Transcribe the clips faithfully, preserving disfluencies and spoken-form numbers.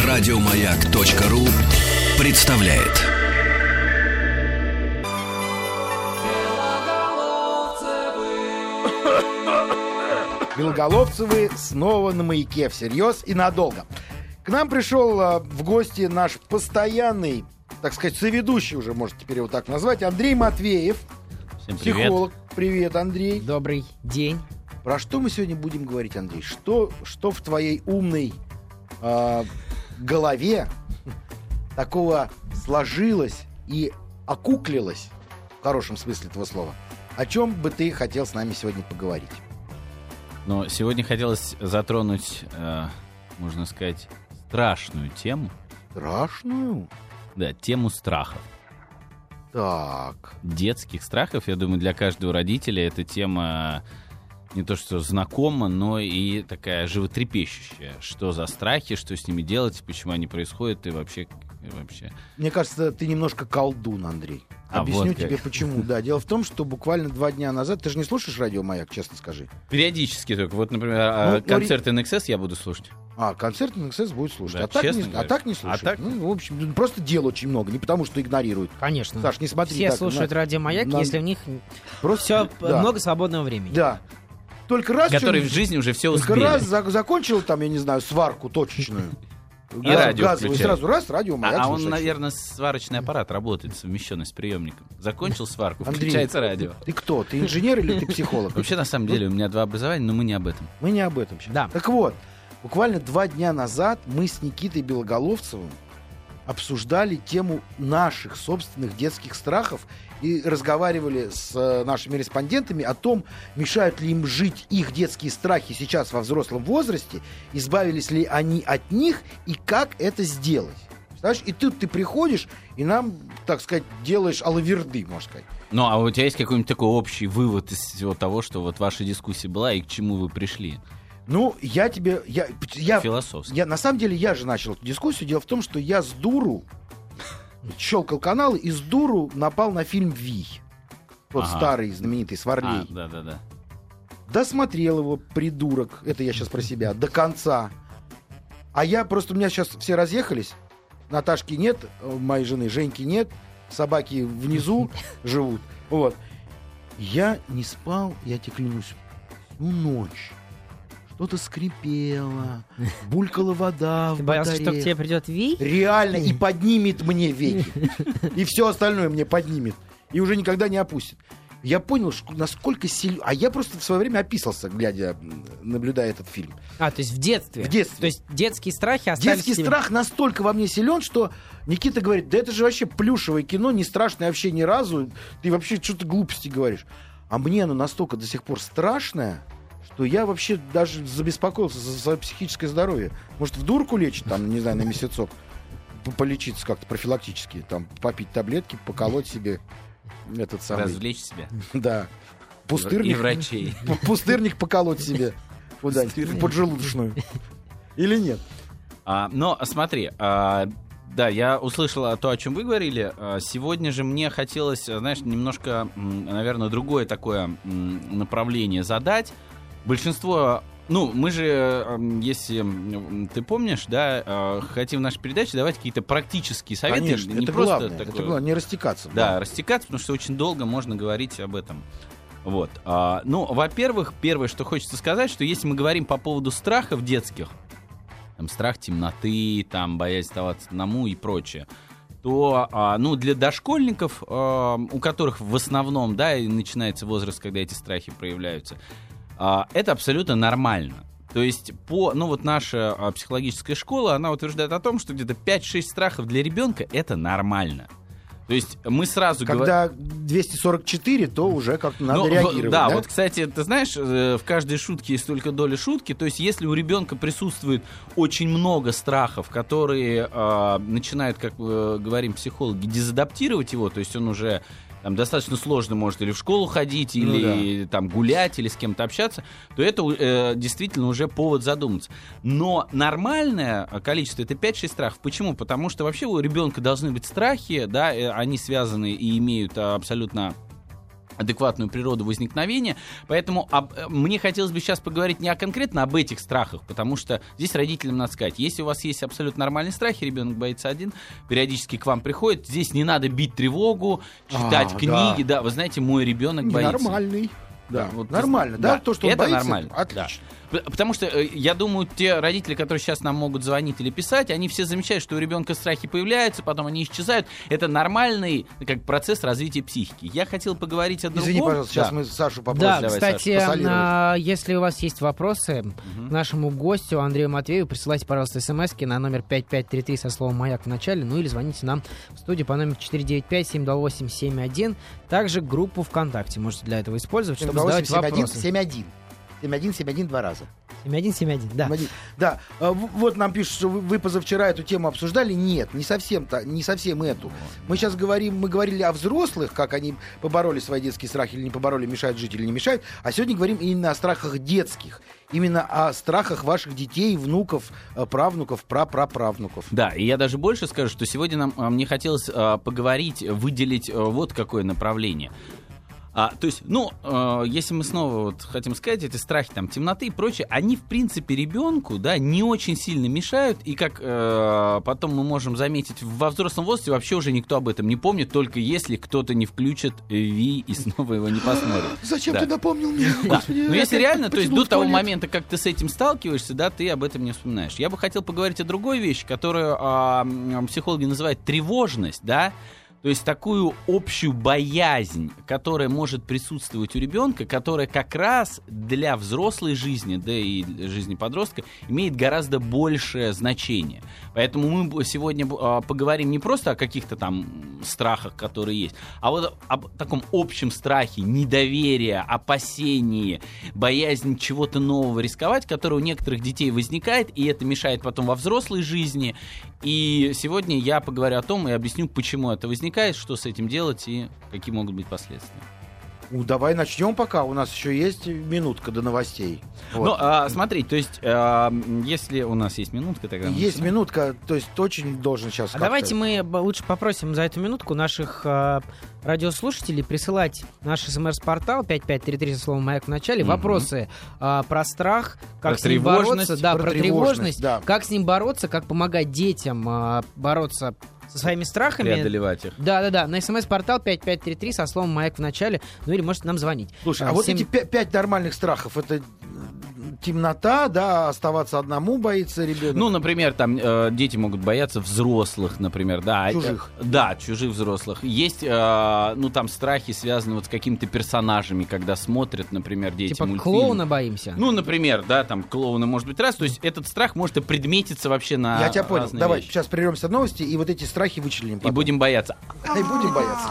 Радиомаяк.ру представляет. Белоголовцевы снова на маяке, всерьез и надолго. К нам пришел а, в гости наш постоянный, так сказать, соведущий уже, можно теперь его так назвать, Андрей Матвеев. Всем привет. Психолог. Привет, Андрей. Добрый день. Про что мы сегодня будем говорить, Андрей? Что, что в твоей умной э, голове такого сложилось и окуклилось, в хорошем смысле этого слова? О чем бы ты хотел с нами сегодня поговорить? Но сегодня хотелось затронуть, э, можно сказать, страшную тему. Страшную? Да, тему страхов. Так. Детских страхов, я думаю, для каждого родителя эта тема не то что знакома, но и такая животрепещущая. Что за страхи, что с ними делать, почему они происходят и вообще... И вообще. Мне кажется, ты немножко колдун, Андрей. А Объясню вот тебе, почему. Да, дело в том, что буквально два дня назад... Ты же не слушаешь радио «Маяк», честно скажи? Периодически только. Вот, например, Ну, концерт эн экс эс я буду слушать. А, концерт эн экс эс будет слушать. Да, а, так честно не, а говоря. так не А слушает. так? Ну, в общем, просто дел очень много. Не потому, что игнорируют. Конечно. Саш, не смотри Все так, слушают на- радио «Маяк», на- если у них Просто, все да. много свободного времени. Да. Только раз... Которые в что-нибудь- жизни уже все Только успели. раз за- закончил там, я не знаю, сварку точечную. И Газ- радио газовый, включает. сразу раз, радио «Маяк» А, а он, слушать. наверное, сварочный аппарат работает, совмещенный с приемником. Закончил сварку, Андрей, включается радио. Ты кто? Ты инженер или ты психолог? Вообще, на самом деле, у меня два образования, но мы не об этом. Мы не об этом сейчас. Да. Так вот, буквально два дня назад мы с Никитой Белоголовцевым обсуждали тему наших собственных детских страхов и разговаривали с э, нашими респондентами о том, мешают ли им жить их детские страхи сейчас во взрослом возрасте, избавились ли они от них и как это сделать. Знаешь, и тут ты приходишь и нам, так сказать, делаешь алаверды, можно сказать. Ну, а у тебя есть какой-нибудь такой общий вывод из всего того, что вот ваша дискуссия была и к чему вы пришли? Ну, я тебе... Я, я, Философски. я, на самом деле, я же начал эту дискуссию. Дело в том, что я с дуру щелкал каналы и с дуру напал на фильм «Вий». Тот Ага. старый, знаменитый, с А, Варлей. да-да-да. Досмотрел его, придурок, это я сейчас про себя, до конца. А я просто, у меня сейчас все разъехались. Наташки нет, э, моей жены, Женьки нет, собаки внизу живут. Вот. Я не спал, я тебе клянусь, всю ночь. Что-то скрипело, булькала вода в Ты боялся, что к батарее. тебе придет Вий? Реально, и поднимет мне веки. И все остальное мне поднимет. И уже никогда не опустит. Я понял, что насколько сильно... А я просто в свое время описался, глядя, наблюдая этот фильм. А, то есть в детстве? В детстве. То есть детские страхи остались Детский в тебе? страх настолько во мне силен, что Никита говорит, да это же вообще плюшевое кино, не страшное вообще ни разу. Ты вообще что-то глупости говоришь. А мне оно настолько до сих пор страшное, что я вообще даже забеспокоился за свое психическое здоровье. Может, в дурку лечь, там, не знаю, на месяцок, по- полечиться как-то профилактически, там, попить таблетки, поколоть себе этот самый... Развлечь себя. Да. И Пустырник. врачей. П- Пустырник поколоть себе куда-нибудь, в поджелудочную. Или нет? А, но смотри, а, да, я услышал то, о чем вы говорили. А, сегодня же мне хотелось, знаешь, немножко, м, наверное, другое такое м, направление задать. Большинство, ну, мы же, м, если м, ты помнишь, да, а, хотим в нашей передаче давать какие-то практические советы. Конечно, не это просто главное. такое- Это главное, не растекаться. Да, растекаться, потому что очень долго можно говорить об этом. Вот. А, ну, во-первых, первое, что хочется сказать, что если мы говорим по поводу страхов детских, там, страх темноты, там, боязнь оставаться одному и прочее, то, а, ну, для дошкольников, а, у которых в основном, да, и начинается возраст, когда эти страхи проявляются, а, это абсолютно нормально. То есть, по, ну, вот наша а, психологическая школа, она утверждает о том, что где-то пять-шесть страхов для ребенка — это нормально. То есть мы сразу говорим... Когда двести сорок четыре, то уже как-то надо Ну, реагировать. в- Да, да, вот, кстати, ты знаешь, э, в каждой шутке есть только доля шутки. То есть, если у ребенка присутствует очень много страхов, которые э, начинают, как э, говорим психологи, дезадаптировать его, то есть он уже там, достаточно сложно может или в школу ходить, Ну или там гулять, или с кем-то общаться, то это э, действительно уже повод задуматься. Но нормальное количество — это пять-шесть страхов. Почему? Потому что вообще у ребенка должны быть страхи, да, э, они связаны и имеют а, абсолютно адекватную природу возникновения. Поэтому об, мне хотелось бы сейчас поговорить не о конкретно об этих страхах, потому что здесь родителям надо сказать, если у вас есть абсолютно нормальные страхи, ребенок боится один, периодически к вам приходит, здесь не надо бить тревогу, читать А, книги. да. Да, вы знаете, мой ребенок боится. Нормальный. Да, Да, вот нормально, ты- да, да, то, что он это боится, нормально, отлично. П- Потому что, э, я думаю, те родители, которые сейчас нам могут звонить или писать, они все замечают, что у ребенка страхи появляются, потом они исчезают. Это нормальный как, процесс развития психики. Я хотел поговорить о другом. Извини, пожалуйста, сейчас Да. мы Сашу попросим. Да, давай, кстати, Саша, посолировать. а, если у вас есть вопросы к нашему гостю Андрею Матвееву, присылайте, пожалуйста, смски на номер пять пять три три со словом «Маяк» в начале, ну или звоните нам в студию по номеру четыре девять пять семь два восемь семь один. Также группу ВКонтакте можете для этого использовать, чтобы задавать вопросы. семь один. семь один, семь один два раза. семь один семь один, да. семь один. Да, а, в- вот нам пишут, что вы, вы позавчера эту тему обсуждали. Нет, не совсем, та- не совсем эту. Мы сейчас говорим, мы говорили о взрослых, как они побороли свои детские страхи или не побороли, мешают жить или не мешают. А сегодня говорим именно о страхах детских. Именно о страхах ваших детей, внуков, э, правнуков, прапраправнуков. Да, и я даже больше скажу, что сегодня нам, а, мне хотелось а, поговорить, выделить а, вот какое направление. А, то есть, ну, э, если мы снова вот хотим сказать, эти страхи там, темноты и прочее, они, в принципе, ребенку, да, не очень сильно мешают, и как э, потом мы можем заметить, во взрослом возрасте вообще уже никто об этом не помнит, только если кто-то не включит Ви и снова его не посмотрит. Зачем Да. ты напомнил мне? Да. Господи, Но если опять реально, то есть потянул до в того туалет. момента, как ты с этим сталкиваешься, да, ты об этом не вспоминаешь. Я бы хотел поговорить о другой вещи, которую а, м, психологи называют тревожность, да. То есть такую общую боязнь, которая может присутствовать у ребенка, которая как раз для взрослой жизни, да и жизни подростка, имеет гораздо большее значение. Поэтому мы сегодня а, поговорим не просто о каких-то там страхах, которые есть, а вот об таком общем страхе, недоверии, опасении, боязнь чего-то нового рисковать, которое у некоторых детей возникает, и это мешает потом во взрослой жизни. И сегодня я поговорю о том и объясню, почему это возникает, что с этим делать и какие могут быть последствия. Ну, давай начнем пока. У нас еще есть минутка до новостей. Вот. Ну, а, смотри, то есть, а, если у нас есть минутка, тогда... мы Есть начинаем. минутка, то есть очень должен сейчас... А давайте мы б- лучше попросим за эту минутку наших э, радиослушателей присылать наш смс-портал пять пять три три со словом «Маяк» в начале. Мгм. Вопросы э, про страх, как Про с ним тревожность, бороться. Да, про про, тревожность, тревожность, да. как с ним бороться, как помогать детям э, бороться со своими страхами. Преодолевать их. Да-да-да, на смс-портал пять пять три три со словом «Маяк» в начале. Ну или можете нам звонить. Слушай, а А, вот семь- эти пя- пять нормальных страхов, это э, темнота, да, оставаться одному боится ребенок. Ну, например, там э, дети могут бояться взрослых, например, да. Чужих. Э, да, чужих взрослых. Есть, э, ну, там страхи, связанные вот с какими-то персонажами, когда смотрят, например, дети Типа мультфильмы. клоуна боимся. Ну, например, да, там клоуна может быть раз. То есть этот страх может и предметиться вообще на Я тебя понял. разные Давай, вещи. сейчас прервемся от новости и вот эти страхи вычленим И потом. будем бояться. И будем бояться.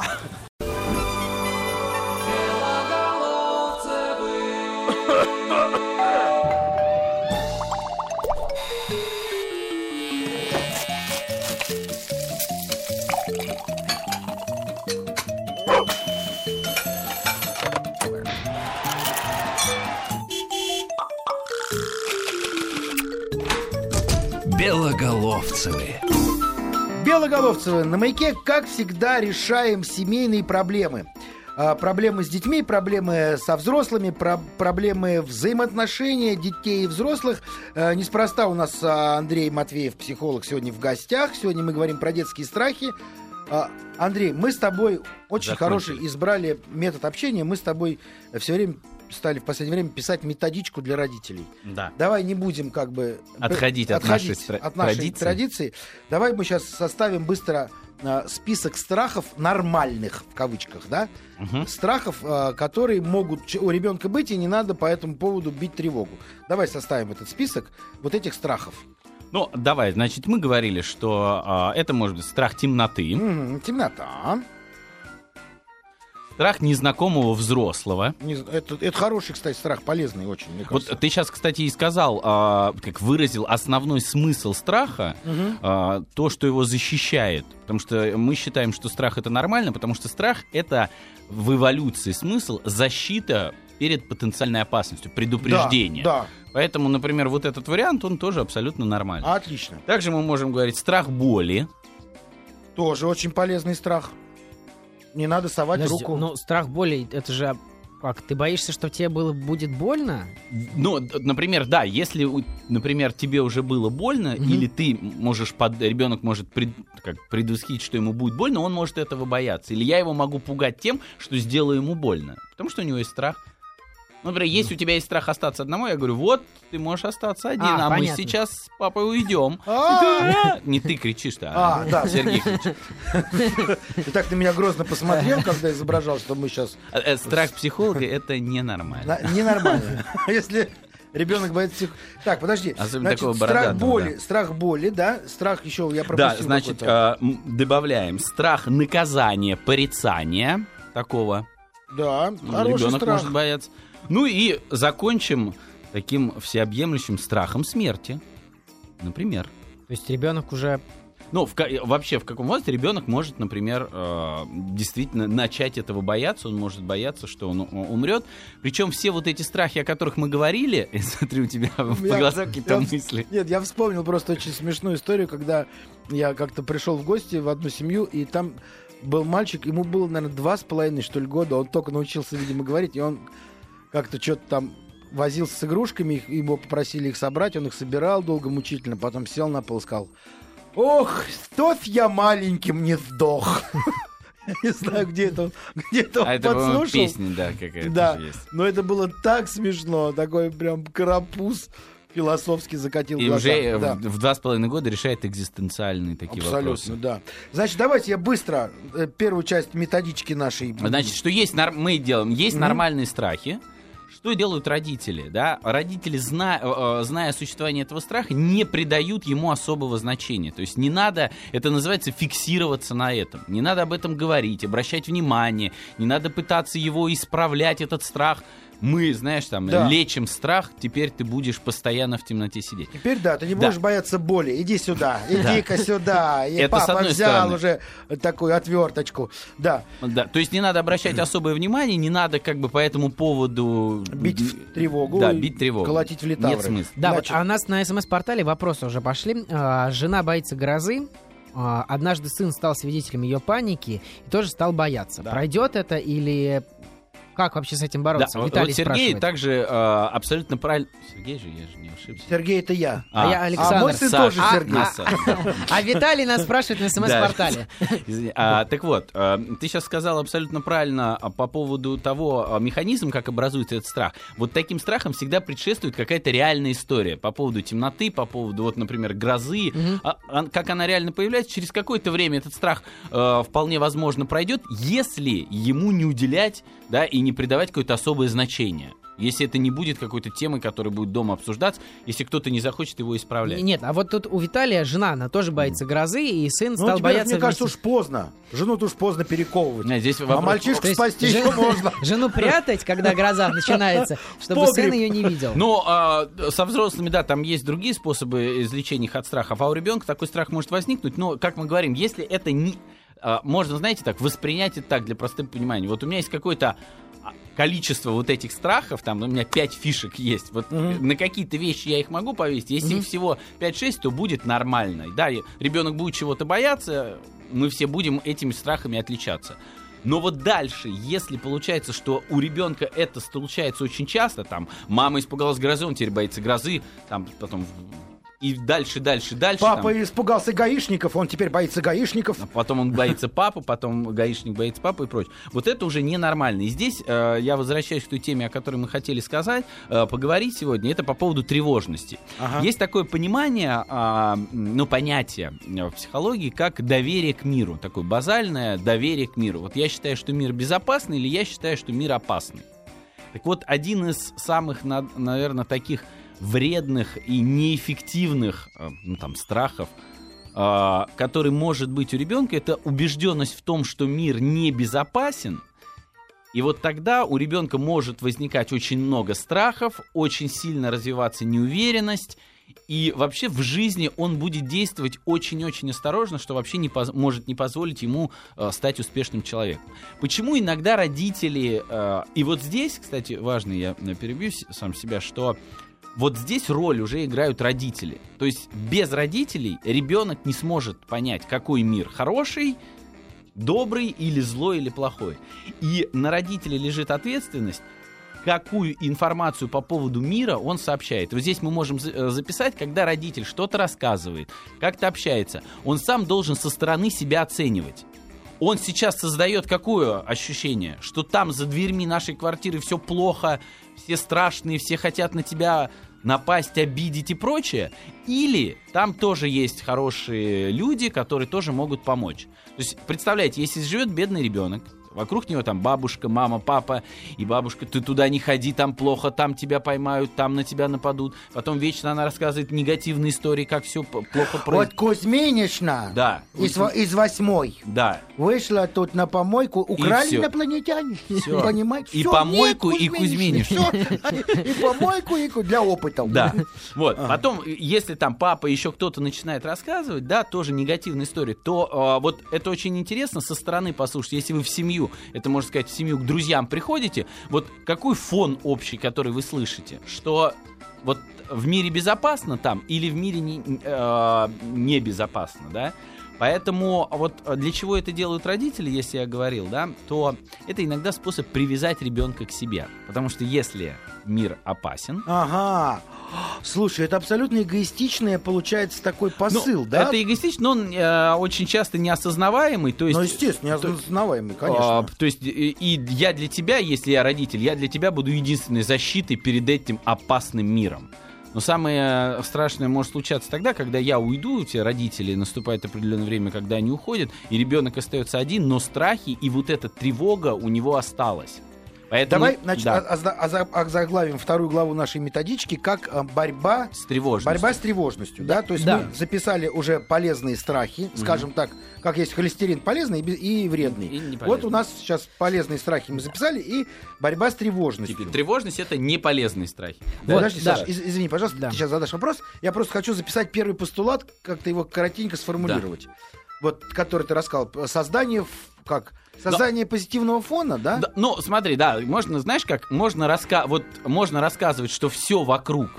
Белоголовцевы. Белоголовцевы, на «Маяке», как всегда, решаем семейные проблемы. А, проблемы с детьми, проблемы со взрослыми, про- проблемы взаимоотношения детей и взрослых. А, неспроста у нас а, Андрей Матвеев, психолог, сегодня в гостях. Сегодня мы говорим про детские страхи. А, Андрей, мы с тобой очень Закончили. хороший избрали метод общения. Мы с тобой все время стали в последнее время писать методичку для родителей. Да. Давай не будем как бы Отходить от нашей стра- от нашей традиции. традиции. Давай мы сейчас составим быстро э, список страхов нормальных, в кавычках, да? Мгм. Страхов, э, которые могут ч- у ребенка быть, и не надо по этому поводу бить тревогу. Давай составим этот список вот этих страхов. Ну, давай, значит, мы говорили, что а, это может быть страх темноты, М, темнота. страх незнакомого взрослого. Не з- это, это хороший, кстати, страх, полезный очень, мне Вот кажется. ты сейчас, кстати, и сказал, а, как выразил основной смысл страха, Мгм. а, то, что его защищает. Потому что мы считаем, что страх это нормально, потому что страх это в эволюции смысл защита перед потенциальной опасностью, предупреждение. Да, Поэтому, например, вот этот вариант, он тоже абсолютно нормальный. да, отлично. Также мы можем говорить страх боли. Тоже очень полезный страх. не надо совать Подожди, руку. Ну, страх боли, это же... Как, ты боишься, что тебе было, будет больно? Ну, например, да, если, например, тебе уже было больно, Мгм. или ты можешь, под, ребенок может пред, как, предвосхитить, что ему будет больно, он может этого бояться. Или я его могу пугать тем, что сделаю ему больно. Потому что у него есть страх. Ну, например, если у тебя есть страх остаться одному, я говорю, вот, ты можешь остаться один, А, а, мы понятно. сейчас с папой уйдем. А, Не ты кричишь-то, А, а да. Сергей кричит. Ты так на меня грозно посмотрел, когда изображал, что мы сейчас... Э, э, Страх психолога — это ненормально. Ненормально. Если ребенок боится псих... Так, подожди. Особенно Значит, такого страх бородатого, боли, да. страх боли, да? Страх еще, я Да, пропустил значит, какой-то. э, м, добавляем страх наказания, порицания такого. Да, хороший Ребенок страх. может бояться. Ну и закончим таким всеобъемлющим страхом смерти. Например. То есть ребенок уже... Ну, в, ка- вообще, в каком возрасте ребенок может, например, э, действительно начать этого бояться, он может бояться, что он у- умрет. Причем все вот эти страхи, о которых мы говорили, я смотрю, у тебя по Я- глазам какие-то я- мысли. Нет, я вспомнил просто очень смешную историю, когда я как-то пришел в гости в одну семью, и там был мальчик, ему было, наверное, два с половиной, что ли, года, он только научился, видимо, говорить, и он как-то что-то там возился с игрушками, их- его попросили их собрать, он их собирал долго, мучительно, потом сел на пол и сказал: «Ох, тот я маленьким не сдох». Я не знаю, где это он, где это он А это, по-моему, подслушал. песня, да, какая-то Да, же есть. но это было так смешно, такой прям карапуз философски закатил И глаза. уже Да. в, в два с половиной года решает экзистенциальные такие Абсолютно, вопросы. да. Значит, давайте я быстро э, первую часть методички нашей. Значит, что есть, нар- мы делаем, есть Мгм. нормальные страхи. Что делают родители? Да? Родители, зна- э, э, зная о существовании этого страха, не придают ему особого значения. То есть не надо, это называется фиксироваться на этом. Не надо об этом говорить, обращать внимание. Не надо пытаться его исправлять, этот страх. Мы, знаешь, там, Да. лечим страх, теперь ты будешь постоянно в темноте сидеть. Теперь да, ты не Да. будешь бояться боли. Иди сюда, иди-ка сюда. И Это с папа одной взял стороны. уже такую отверточку. Да. Да, то есть не надо обращать особое внимание, не надо как бы по этому поводу... Бить в тревогу. Да, и бить тревогу. Колотить в литавры. Нет смысла. Да, Значит, вот, а у нас на СМС-портале вопросы уже пошли. А, жена боится грозы. А, однажды сын стал свидетелем ее паники и тоже стал бояться. Да. Пройдет это или... Как вообще с этим Да, бороться? вот, Виталий вот Сергей спрашивает. также э, абсолютно правильно... Сергей же, я же не ошибся. Сергей, это я. А я Александр. А мой сын Саша, тоже а, Сергей. а, Саша. А Виталий нас спрашивает на СМС-портале. Извини. А, так вот, э, ты сейчас сказал абсолютно правильно а, по поводу того а, механизма, как образуется этот страх. Вот таким страхом всегда предшествует какая-то реальная история по поводу темноты, по поводу, вот, например, грозы. Мгм. А, а, как она реально появляется, через какое-то время этот страх э, вполне возможно пройдет, если ему не уделять, да, и не придавать какое-то особое значение. Если это не будет какой-то темой, которая будет дома обсуждаться, если кто-то не захочет его исправлять. Нет, а вот тут у Виталия жена, она тоже боится грозы, и сын Ну, стал теперь, бояться... мне кажется, уж вместе- поздно. Жену-то уж поздно перековывать. Нет, здесь А вопрос- мальчишку То есть спасти жен- еще можно. Жену прятать, когда гроза начинается, чтобы Погреб. сын ее не видел. Ну, а, со взрослыми, да, там есть другие способы излечения их от страхов, а у ребенка такой страх может возникнуть. Но, как мы говорим, если это не... а, можно, знаете, так, воспринять это так, для простого понимания. Вот у меня есть какое-то а, количество вот этих страхов, там у меня пять фишек есть. Вот Мгм. на какие-то вещи я их могу повесить. Если Мгм. их всего пять-шесть, то будет нормально. Да, и ребенок будет чего-то бояться, мы все будем этими страхами отличаться. Но вот дальше, если получается, что у ребенка это случается очень часто, там, мама испугалась грозы, он теперь боится грозы, там, потом, и дальше, дальше, дальше. Папа там, испугался гаишников, он теперь боится гаишников. а потом он боится папы, потом гаишник боится папы и прочее. Вот это уже ненормально. И здесь э, я возвращаюсь к той теме, о которой мы хотели сказать, э, поговорить сегодня, это по поводу тревожности. Ага. Есть такое понимание, а, ну, понятие в психологии, как доверие к миру. Такое базальное доверие к миру. Вот я считаю, что мир безопасный, или я считаю, что мир опасный. Так вот, один из самых, на- наверное, таких вредных и неэффективных э, ну, там, страхов, э, который может быть у ребенка, это убежденность в том, что мир небезопасен. И вот тогда у ребенка может возникать очень много страхов, очень сильно развиваться неуверенность, и вообще в жизни он будет действовать очень-очень осторожно, что вообще не поз- может не позволить ему э, стать успешным человеком. Почему иногда родители... э, и вот здесь, кстати, важно, я э, перебью с- сам себя, что вот здесь роль уже играют родители. То есть без родителей ребенок не сможет понять, какой мир хороший, добрый или злой или плохой. И на родителе лежит ответственность, какую информацию по поводу мира он сообщает. Вот здесь мы можем записать, когда родитель что-то рассказывает, как-то общается, он сам должен со стороны себя оценивать. Он сейчас создает какое ощущение? Что там за дверьми нашей квартиры все плохо, все страшные, все хотят на тебя напасть, обидеть и прочее? Или там тоже есть хорошие люди, которые тоже могут помочь? То есть, представляете, если живет бедный ребенок, вокруг него там бабушка, мама, папа, и бабушка, ты туда не ходи, там плохо, там тебя поймают, там на тебя нападут. Потом вечно она рассказывает негативные истории, как все плохо происходит. Вот Кузьминична Да. из, во- из восьмой Да. вышла тут на помойку, украли всё. инопланетяне. Всё. Понимаете? И Всё, помойку, нет и Кузьминичны. Всё. И помойку, и ку- для опытов. Да. Вот. А. Потом, если там папа, еще кто-то начинает рассказывать, да, тоже негативные истории, то а, вот это очень интересно со стороны послушать. Если вы в семью, это можно сказать, в семью к друзьям приходите, вот какой фон общий, который вы слышите? Что вот в мире безопасно там или в мире не, э, небезопасно, да? Поэтому вот для чего это делают родители, если я говорил, да, то это иногда способ привязать ребенка к себе. Потому что если мир опасен... Ага. Слушай, это абсолютно эгоистичный, получается, такой посыл, ну, да? Это эгоистично, но он э, очень часто неосознаваемый. То есть, Ну, естественно, неосознаваемый, конечно. А, то есть и, и я для тебя, если я родитель, я для тебя буду единственной защитой перед этим опасным миром. Но самое страшное может случаться тогда, когда я уйду, у тебя родители, наступает определенное время, когда они уходят, и ребенок остается один, но страхи и вот эта тревога у него осталась. Поэтому, Давай, значит, да, оза- озаглавим вторую главу нашей методички как э, борьба, с тревожностью. борьба с тревожностью, да? То есть Да. мы записали уже полезные страхи, скажем так, как есть холестерин полезный и, бе- и вредный. И неполезный. Вот у нас сейчас полезные страхи мы записали и борьба с тревожностью. Теперь, тревожность — это не полезные страхи. Вот, Вот, подожди, да. Саша, из- извини, пожалуйста, Да. ты сейчас задашь вопрос. Я просто хочу записать первый постулат, как-то его коротенько сформулировать. Вот, который ты рассказал. Создание, в- как? Создание позитивного фона, да? Да, ну, смотри, да, можно, знаешь как, можно, раска... вот, можно рассказывать, что все вокруг.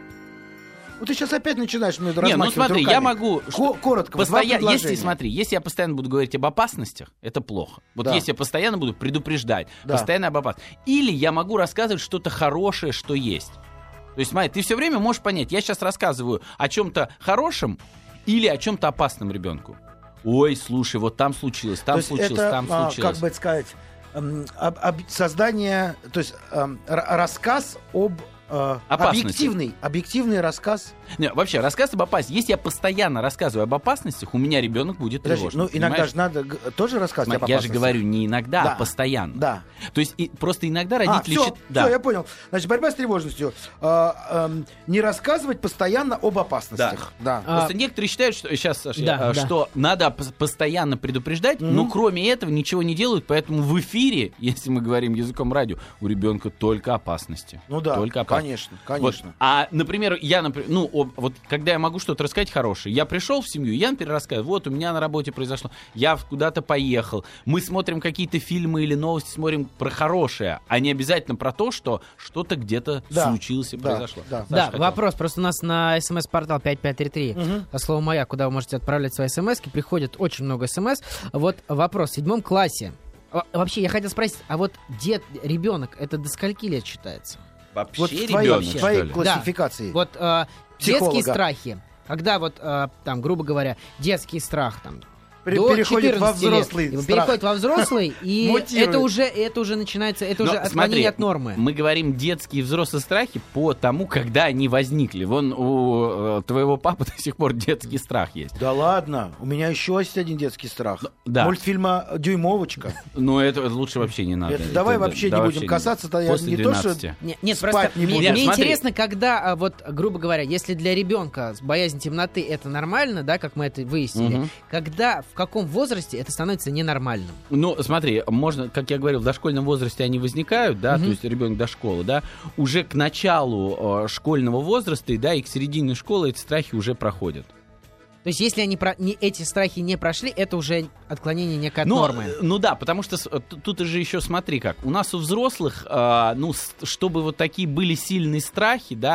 Вот ты сейчас опять начинаешь мне Не, ну размахивать смотри, руками. я могу... Ко- коротко, вот два Постоя... Если, предложения. смотри, если я постоянно буду говорить об опасностях, это плохо. Вот Да. если я постоянно буду предупреждать, Да. постоянно об опасности. Или я могу рассказывать что-то хорошее, что есть. То есть, смотри, ты все время можешь понять, я сейчас рассказываю о чем-то хорошем или о чем-то опасном ребенку. Ой, слушай, вот там случилось, там То есть случилось, это, там а, случилось. как бы это сказать, эм, об- об- создание, то есть эм, р- рассказ об э, Опасности. объективный, объективный рассказ. Не, вообще, рассказ об опасности. Если я постоянно рассказываю об опасностях, у меня ребенок будет Подожди, тревожным. ну иногда понимаешь? же надо г- тоже рассказывать Смотри, об я же опасности. говорю не иногда, Да. а постоянно. Да. То есть и, просто иногда А, родители... все, счит- да. я понял. Значит, борьба с тревожностью. Э, эм, не рассказывать постоянно об опасностях. Да. А, Просто некоторые считают, что сейчас, Саша, Да, а, да. что надо пос- постоянно предупреждать, Мгм. но кроме этого ничего не делают, поэтому в эфире, если мы говорим языком радио, у ребенка только опасности. Ну да, только опасности. конечно, конечно. Вот. А, например, я, например, ну, об- вот когда я могу что-то рассказать хорошее, я пришел в семью, я, например, рассказываю, вот у меня на работе произошло, я в- куда-то поехал, мы смотрим какие-то фильмы или новости, смотрим про хорошее, а не обязательно про то, что что-то где-то Да, случилось и да, произошло. да. Саша Да, хотел. вопрос. Просто у нас на смс-портал пять пять три три Мгм. со словом «Маяк», куда вы можете отправлять свои смс-ки, приходит очень много смс. Вот вопрос. В седьмом классе. Во- Вообще, я хотел спросить, а вот дед, ребенок, это до скольки лет считается? Вообще Вот в твоей, ребенок, в что твоей ли? классификации. Вот э, Психолога. детские страхи. Когда вот, э, там, грубо говоря, детский страх, там, Пре- до переходит во четырнадцати лет, взрослый и страх. переходит во взрослый, и Мутирует. это уже, это уже начинается, это Но уже отклонение смотри, от нормы. Мы говорим детские и взрослые страхи по тому, когда они возникли. Вон у э, твоего папы до сих пор детский страх есть. Да ладно, у меня еще есть один детский страх. да. Мультфильма «Дюймовочка». Но это лучше вообще не надо. Это давай да, вообще да, не вообще будем касаться, то я После не то, что- двенадцати. Не- Нет, Спать просто не мне, будем. мне Нет, смотри. интересно, когда, а, вот, грубо говоря, если для ребенка с боязнь темноты это нормально, да, как мы это выяснили, Мгм. когда, в каком возрасте это становится ненормальным? Ну, смотри, можно, как я говорил, в дошкольном возрасте они возникают, да, Мгм. то есть ребенок до школы, да, уже к началу э, школьного возраста, да, и к середине школы эти страхи уже проходят. То есть, если они про, не, эти страхи не прошли, это уже отклонение некой от Ну, нормы. э, ну да, потому что с- э, т- тут же еще смотри как. У нас у взрослых, э, ну, с- чтобы вот такие были сильные страхи, да,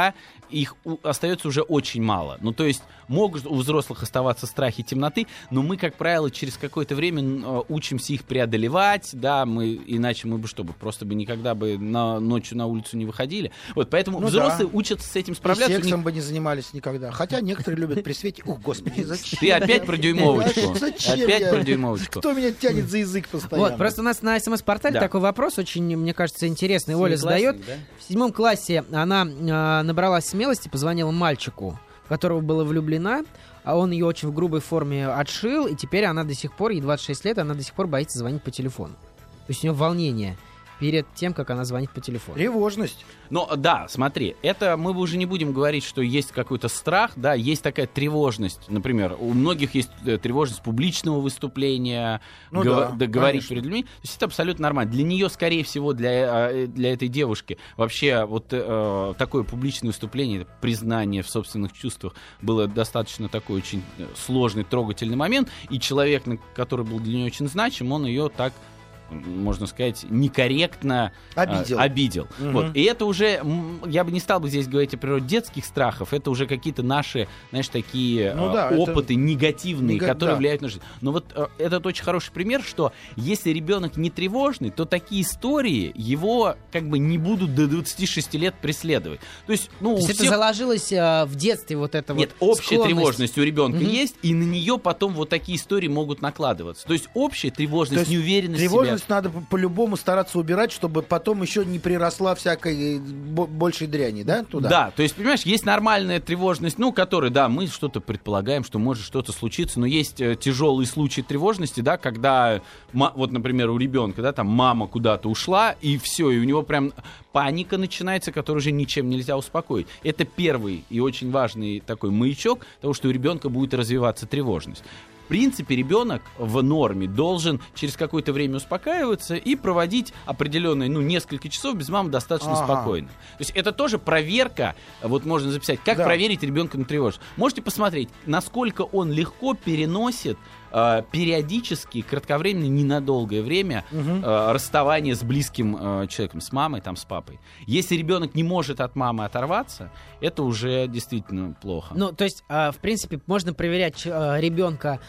их у, остается уже очень мало. Ну, то есть могут у взрослых оставаться страхи темноты, но мы, как правило, через какое-то время э, учимся их преодолевать, да, мы, иначе мы бы что бы, просто бы никогда бы на, ночью на улицу не выходили. Вот, поэтому Ну взрослые да. учатся с этим И справляться. сексом бы не занимались никогда. Хотя некоторые любят при свете. Ух, господи, зачем? Ты опять про дюймовочку. Зачем Опять я? про дюймовочку. Кто меня тянет за язык постоянно? Вот, просто у нас на СМС-портале Да. такой вопрос очень, мне кажется, интересный. Оля Семиклассник, задает. да? В седьмом классе она э, набралась смелости, позвонила мальчику, в которого была влюблена, а он ее очень в грубой форме отшил, и теперь она до сих пор, ей двадцать шесть лет, она до сих пор боится звонить по телефону. То есть у нее волнение перед тем, как она звонит по телефону. Тревожность. Но да, смотри, это мы уже не будем говорить, что есть какой-то страх, да, есть такая тревожность. Например, у многих есть э, тревожность публичного выступления, Ну гова- да, да, говорить конечно. перед людьми. То есть это абсолютно нормально. Для нее, скорее всего, для, э, для этой девушки вообще вот э, такое публичное выступление, признание в собственных чувствах было достаточно такой очень сложный, трогательный момент. И человек, который был для нее очень значим, он ее так, можно сказать, некорректно э, Обидел. обидел. Мгм. Вот. И это уже, м, я бы не стал бы здесь говорить о природе детских страхов, это уже какие-то наши, знаешь, такие Ну э, да, это опыты негативные, нега- которые да. влияют на жизнь. Но вот э, этот очень хороший пример, что если ребенок не тревожный, то такие истории его как бы не будут до двадцати шести лет преследовать. То есть, ну, То у есть это всех... заложилось э, в детстве вот это Нет, вот общая склонность. тревожность у ребенка Мгм. есть, и на нее потом вот такие истории могут накладываться. То есть общая То тревожность, есть неуверенность в себе. Тревожность надо по- по-любому стараться убирать, чтобы потом еще не приросла всякой бо- большей дряни, да, туда? Да, то есть, понимаешь, есть нормальная тревожность, ну, которая, да, мы что-то предполагаем, что может что-то случиться, но есть э, тяжелые случаи тревожности, да, когда, ма- вот, например, у ребенка, да, там мама куда-то ушла, и все, и у него прям паника начинается, которую уже ничем нельзя успокоить. Это первый и очень важный такой маячок того, что у ребенка будет развиваться тревожность. В принципе, ребенок в норме должен через какое-то время успокаиваться и проводить определенные, ну, несколько часов без мамы достаточно Ага. спокойно. То есть это тоже проверка, вот можно записать, как Да. проверить ребенка на тревожность. Можете посмотреть, насколько он легко переносит э, периодически, кратковременно, ненадолгое время Мгм. э, расставание с близким э, человеком, с мамой, там, с папой. Если ребенок не может от мамы оторваться, это уже действительно плохо. Ну, то есть, а, в принципе, можно проверять ч- а, ребенка,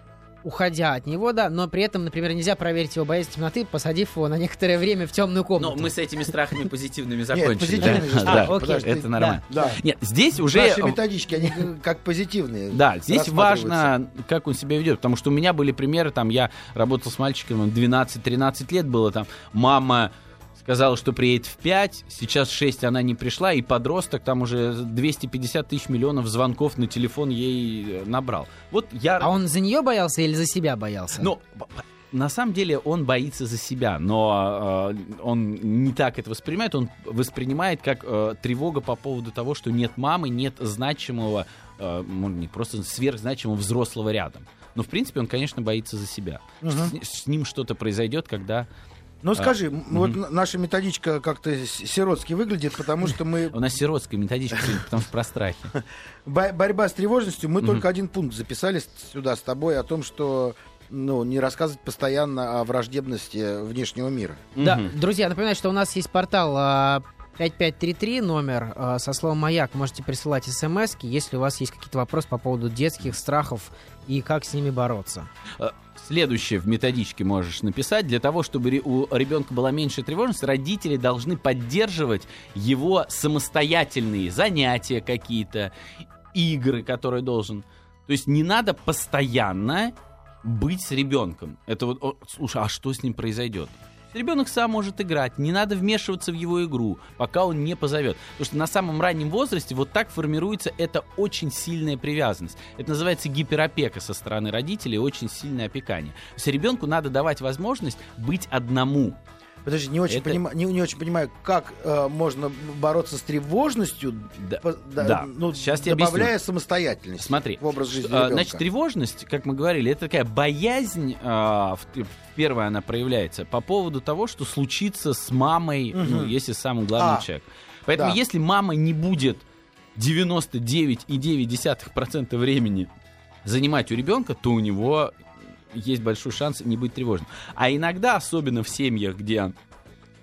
уходя от него, да, но при этом, например, нельзя проверить его боязнь темноты, посадив его на некоторое время в темную комнату. Но мы с этими страхами позитивными закончили. позитивные да? же Да, страхи, да, подожди, это нормально. Да. Нет, здесь уже... Наши методички, они как позитивные. Да, здесь рассматриваются. важно, как он себя ведет, потому что у меня были примеры, там, я работал с мальчиком, двенадцать-тринадцать лет было, там, мама сказала, что приедет в пять, сейчас в шесть она не пришла, и подросток там уже двести пятьдесят тысяч миллионов звонков на телефон ей набрал. Вот я... А он за нее боялся или за себя боялся? Ну, на самом деле он боится за себя, но э, он не так это воспринимает, он воспринимает как э, тревога по поводу того, что нет мамы, нет значимого, э, не просто сверхзначимого взрослого рядом. Но, в принципе, он, конечно, боится за себя. Мгм. С, с ним что-то произойдет, когда... Ну скажи, м, вот мгм. н- наша методичка как-то с- сиротски выглядит, потому что мы У нас сиротская методичка, потому что про страхи. бо- борьба с тревожностью, мы Мгм. только один пункт записали с- сюда с тобой о том, что ну, не рассказывать постоянно о враждебности внешнего мира. Да, Мгм. друзья, напоминаю, что у нас есть портал а, пять пять три три, номер а, со словом «Маяк». Можете присылать смски, если у вас есть какие-то вопросы по поводу детских страхов и как с ними бороться. Следующее в методичке можешь написать. Для того, чтобы ре- у ребенка была меньшая тревожность, родители должны поддерживать его самостоятельные занятия какие-то, игры, которые должен. То есть не надо постоянно быть с ребенком. Это вот, о, слушай, а что с ним произойдет? Ребенок сам может играть, не надо вмешиваться в его игру, пока он не позовет. Потому что на самом раннем возрасте вот так формируется эта очень сильная привязанность. Это называется гиперопека со стороны родителей, очень сильное опекание. То есть ребенку надо давать возможность быть одному. Подожди, не очень, Это- понима- не, не очень понимаю, как э, можно бороться с тревожностью, Да, по- да, да. ну, Сейчас я добавляя самостоятельность Смотри, в образ жизни А, ребенка. значит, тревожность, как мы говорили, это такая боязнь, а, в- первая она проявляется по поводу того, что случится с мамой, Мгм. ну, если самый главный А, человек. Поэтому да. если мама не будет девяносто девять и девять десятых процента времени занимать у ребенка, то у него есть большой шанс не быть тревожным. А иногда, особенно в семьях, где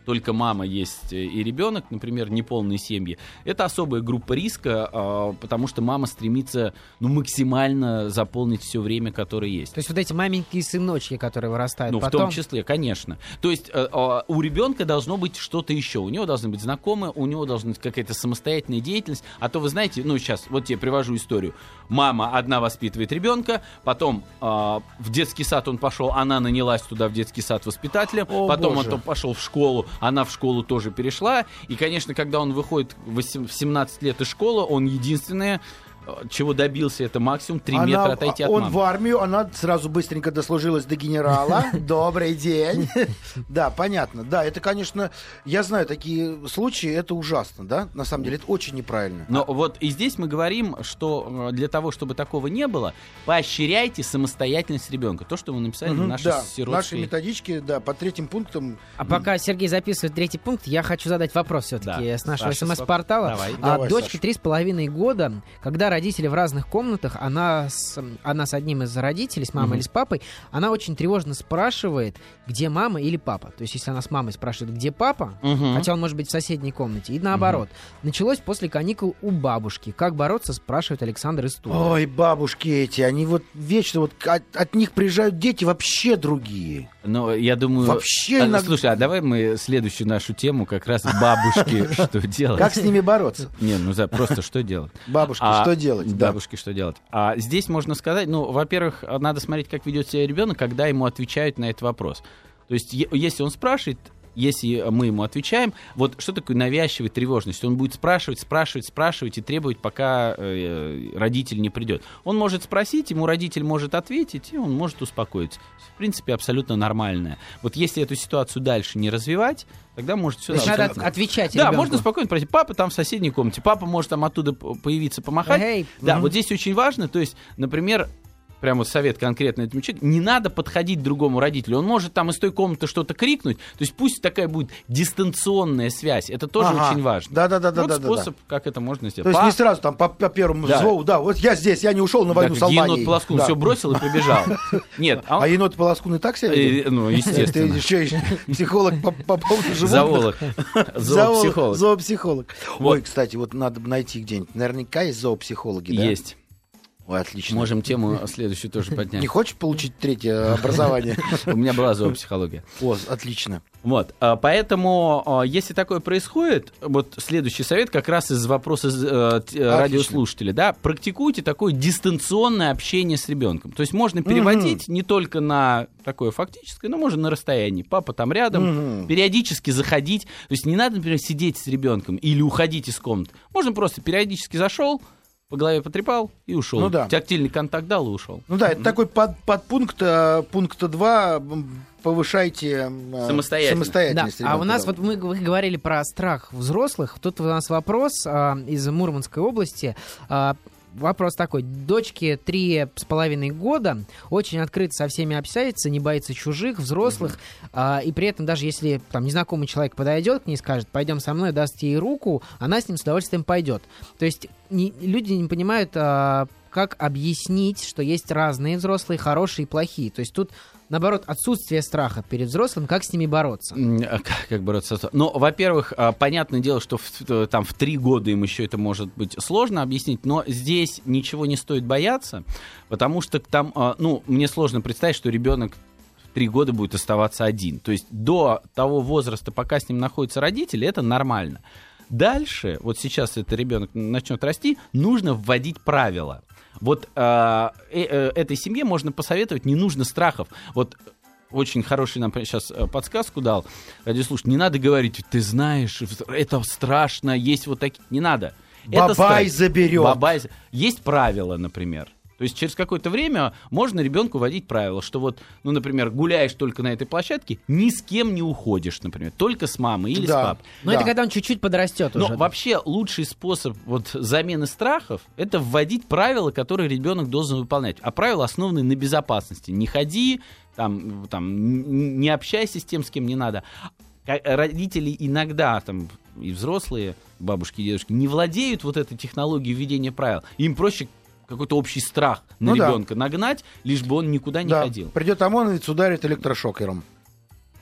только мама есть и ребенок, например, неполные семьи, это особая группа риска, э, потому что мама стремится ну, максимально заполнить все время, которое есть. То есть вот эти маменькие сыночки, которые вырастают Ну, потом... в том числе, конечно. То есть э, э, у ребенка должно быть что-то еще. У него должны быть знакомые, у него должна быть какая-то самостоятельная деятельность. А то вы знаете, ну, сейчас, вот я привожу историю. Мама одна воспитывает ребенка, потом э, в детский сад он пошел, она нанялась туда в детский сад воспитателем, О, потом Боже. он пошел в школу, она в школу тоже перешла. И, конечно, когда он выходит в семнадцать лет из школы, он единственное, чего добился, это максимум три Она- метра отойти от он мамы. в армию, она сразу быстренько дослужилась до генерала. Добрый день. Да, понятно. Да, это, конечно, я знаю такие случаи, это ужасно, да? На самом деле, это очень неправильно. Но вот и здесь мы говорим, что э, для того, чтобы такого не было, поощряйте самостоятельность ребенка. То, что вы написали в Мгм, нашей да, наши сиротской... методички, да, по третьим пунктам. А пока Сергей записывает третий пункт, я хочу задать вопрос все-таки Да. с нашего Саша, смс-портала. давай. А, Давай, дочке Саша. три с половиной года, когда родители в разных комнатах, она с, она с одним из родителей, с мамой Мгм. или с папой, она очень тревожно спрашивает, где мама или папа. То есть, если она с мамой спрашивает, где папа, Мгм. хотя он может быть в соседней комнате, и наоборот. Началось после каникул у бабушки. Как бороться, спрашивает Александр из Тулы. Ой, бабушки эти, они вот вечно вот от, от них приезжают дети вообще другие. Но я думаю... Вообще А, иногда- Слушай, а давай мы следующую нашу тему как раз бабушки что делать? Как с ними бороться? Не, ну за- просто что делать? Бабушки, А, что делать? Да. Бабушки, что делать? А здесь можно сказать, ну, во-первых, надо смотреть, как ведет себя ребенок, когда ему отвечают на этот вопрос. То есть, е- если он спрашивает, если мы ему отвечаем, вот что такое навязчивая тревожность? Он будет спрашивать, спрашивать, спрашивать и требовать, пока э, родитель не придет. Он может спросить, ему родитель может ответить, и он может успокоиться. В принципе, абсолютно нормальное. Вот если эту ситуацию дальше не развивать, тогда может все... То есть надо от- отвечать Да, ребенку. можно спокойно спросить. Папа там в соседней комнате, папа может там оттуда п- появиться, помахать. Эй, Да, мгм. вот здесь очень важно, то есть, например, прямо вот совет конкретно этому человеку, не надо подходить к другому родителю. Он может там из той комнаты что-то крикнуть, то есть пусть такая будет дистанционная связь. Это тоже Ага. очень важно. Да, да, да, да, вот да, да, способ, как это можно То сделать. есть Па- не сразу там по, по первому Да. зову, да, вот я здесь, я не ушел на да, войну как с Албанией. енот Полоскун Да. все бросил и побежал. Нет, а он- А енот Полоскун и так себя ведет? э, ну, естественно. Ты еще и психолог по, по поводу животных. Зоолог. Зоопсихолог. Зоопсихолог. Вот. Ой, кстати, вот надо найти где-нибудь. Наверняка есть зоопсихологи, да? Есть. Ой, отлично. Можем тему следующую тоже поднять. Не хочешь получить третье образование? У меня была зоопсихология. О, отлично. Вот, а, поэтому, а, если такое происходит, вот следующий совет как раз из вопроса э, т- э, радиослушателя, да, практикуйте такое дистанционное общение с ребенком. То есть можно переводить не только на такое фактическое, но можно на расстоянии. Папа там рядом, Мгм. периодически заходить. То есть не надо, например, сидеть с ребенком или уходить из комнаты. Можно просто периодически зашел, по голове потрепал и ушел. Ну да. Тактильный контакт дал и ушел. Ну да, это такой под, подпункт э, пункта два. Повышайте э, Самостоятельность. Да, самостоятельность а у ребенка, нас да. вот мы вы говорили про страх взрослых. Тут у нас вопрос а, из Мурманской области. А, вопрос такой. Дочке три с половиной года, очень открыто со всеми общается, не боится чужих, взрослых, а, и при этом даже если там незнакомый человек подойдет к ней и скажет, пойдем со мной, даст ей руку, она с ним с удовольствием пойдет. То есть не- люди не понимают, а, как объяснить, что есть разные взрослые, хорошие и плохие. То есть тут наоборот, отсутствие страха перед взрослым, как с ними бороться? М, а Как, как бороться? с- Ну, во-первых, а, понятное дело, что в, там в три года им еще это может быть сложно объяснить, но здесь ничего не стоит бояться, потому что там, а, ну, мне сложно представить, что ребенок в три года будет оставаться один. То есть до того возраста, пока с ним находятся родители, это нормально. Дальше, вот сейчас этот ребенок начнет расти, нужно вводить правила. Вот э, э, э, этой семье можно посоветовать, не нужно страхов. Вот очень хороший нам сейчас подсказку дал радиослушатель. Не надо говорить, ты знаешь, это страшно, есть вот такие. Не надо. Это Бабай страх. заберет. Бабай... Есть правила, например. То есть через какое-то время можно ребенку вводить правила, что вот, ну, например, гуляешь только на этой площадке, ни с кем не уходишь, например, только с мамой или Да. с папой. Но Да. это когда он чуть-чуть подрастет Но уже. вообще лучший способ вот замены страхов — это вводить правила, которые ребенок должен выполнять. А правила основаны на безопасности. Не ходи, там, там, н- не общайся с тем, с кем не надо. Ка- Родители иногда, там, и взрослые, бабушки и дедушки, не владеют вот этой технологией введения правил. Им проще какой-то общий страх на Ну да. ребенка нагнать, лишь бы он никуда не Да. ходил. Придет ОМОНовец, ударит электрошокером.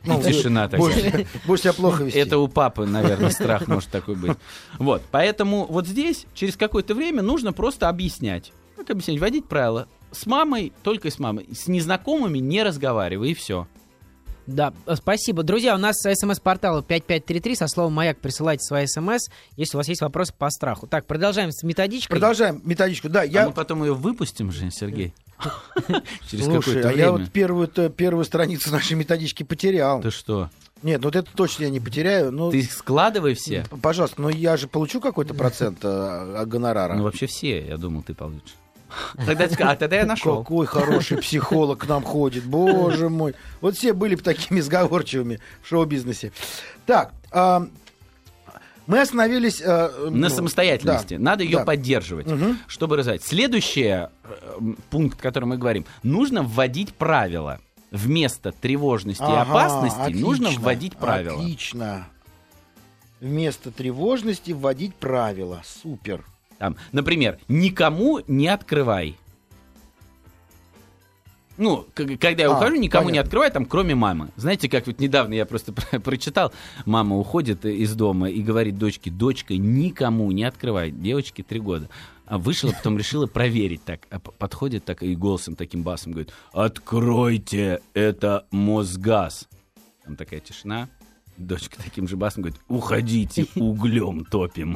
Ну, Тишина такая. Будешь, будешь себя плохо вести. Это у папы, наверное, страх может такой быть. Вот, поэтому вот здесь через какое-то время нужно просто объяснять. Как объяснять? Вводить правила. С мамой, только с мамой. С незнакомыми не разговаривай, и все. Да, спасибо. Друзья, у нас смс-портал пять пять три три. Со словом «Маяк» присылайте свои смс, если у вас есть вопросы по страху. Так, продолжаем с методичкой. Продолжаем методичку. Да, А я... мы потом ее выпустим же, Сергей. Через Слушай, какое-то а время. я вот первую, первую страницу нашей методички потерял. Ты что? Нет, вот это точно я не потеряю. Ну, Ты их складывай все. пожалуйста, но я же получу какой-то процент э, гонорара. Ну, вообще все, я думал, ты получишь. Тогда, а тогда я нашел. Какой хороший психолог к нам ходит, боже мой. Вот все были бы такими сговорчивыми в шоу-бизнесе. Так, а, мы остановились... а, На ну, самостоятельности. да, Надо ее да. поддерживать, Мгм. чтобы развивать. Следующий э, пункт, о котором мы говорим. Нужно вводить правила. Вместо тревожности и Ага, опасности нужно отлично, вводить правила. Отлично. Вместо тревожности вводить правила. Супер. Там, например, никому не открывай. Ну, к- когда я А, ухожу, никому не понятно. открывай, там, кроме мамы. Знаете, как вот недавно я просто про- прочитал, мама уходит из дома и говорит дочке: дочка, никому не открывай, девочке три года. А вышла, потом решила проверить так. А п- подходит так и голосом таким басом говорит: откройте, это Мосгаз. Там такая тишина. Дочка таким же басом говорит: уходите, углем топим.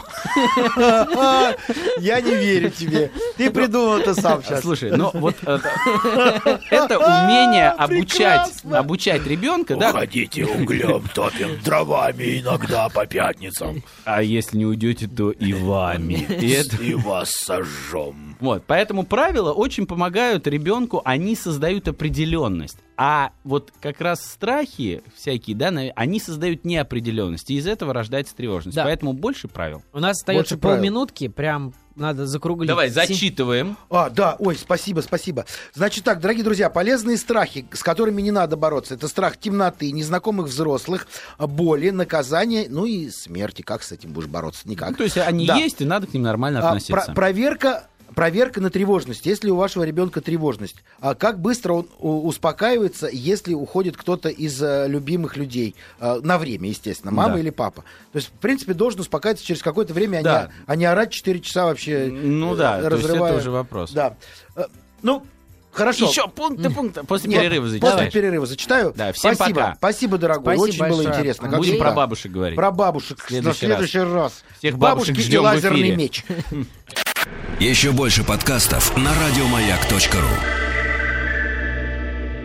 Я не верю тебе. Ты придумал это сам сейчас. Слушай, ну вот это, это умение обучать, Прекрасно. обучать ребенка, да? Уходите углем, топим дровами иногда по пятницам. А если не уйдете, то и вами. И это- И вас сожжем. Вот, поэтому правила очень помогают ребенку, они создают определенность. А вот как раз страхи всякие, да, на- они создают неопределенность, и из этого рождается тревожность. Да. Поэтому больше правил. У нас остается Больше правил. полминутки, прям надо закруглить. Давай, Сем- зачитываем. А, да, ой, спасибо, спасибо. Значит так, дорогие друзья, полезные страхи, с которыми не надо бороться, это страх темноты, незнакомых взрослых, боли, наказания, ну и смерти. Как с этим будешь бороться? Никак. Ну, то есть они Да. есть, и надо к ним нормально А, относиться. про- проверка... Проверка на тревожность. Если у вашего ребенка тревожность, а как быстро он у- успокаивается, если уходит кто-то из э, любимых людей? Э, на время, естественно, мама Да. или папа. То есть, в принципе, должен успокаиваться через какое-то время, а, Да. не, а не орать четыре часа вообще. Ну э, да, то есть разрывая. это уже вопрос. Да. Э, ну, хорошо. Еще пункты, пункты. После Нет, перерыва После зачитаешь. перерыва зачитаю. Да, всем Спасибо. пока. Спасибо, дорогой. Спасибо Очень было большое. интересно. как Будем всегда. про бабушек говорить. Про бабушек В следующий на следующий раз. Всех бабушек Бабушки и ждем в лазерный эфире. меч. Еще больше подкастов на радиомаяк точка ру.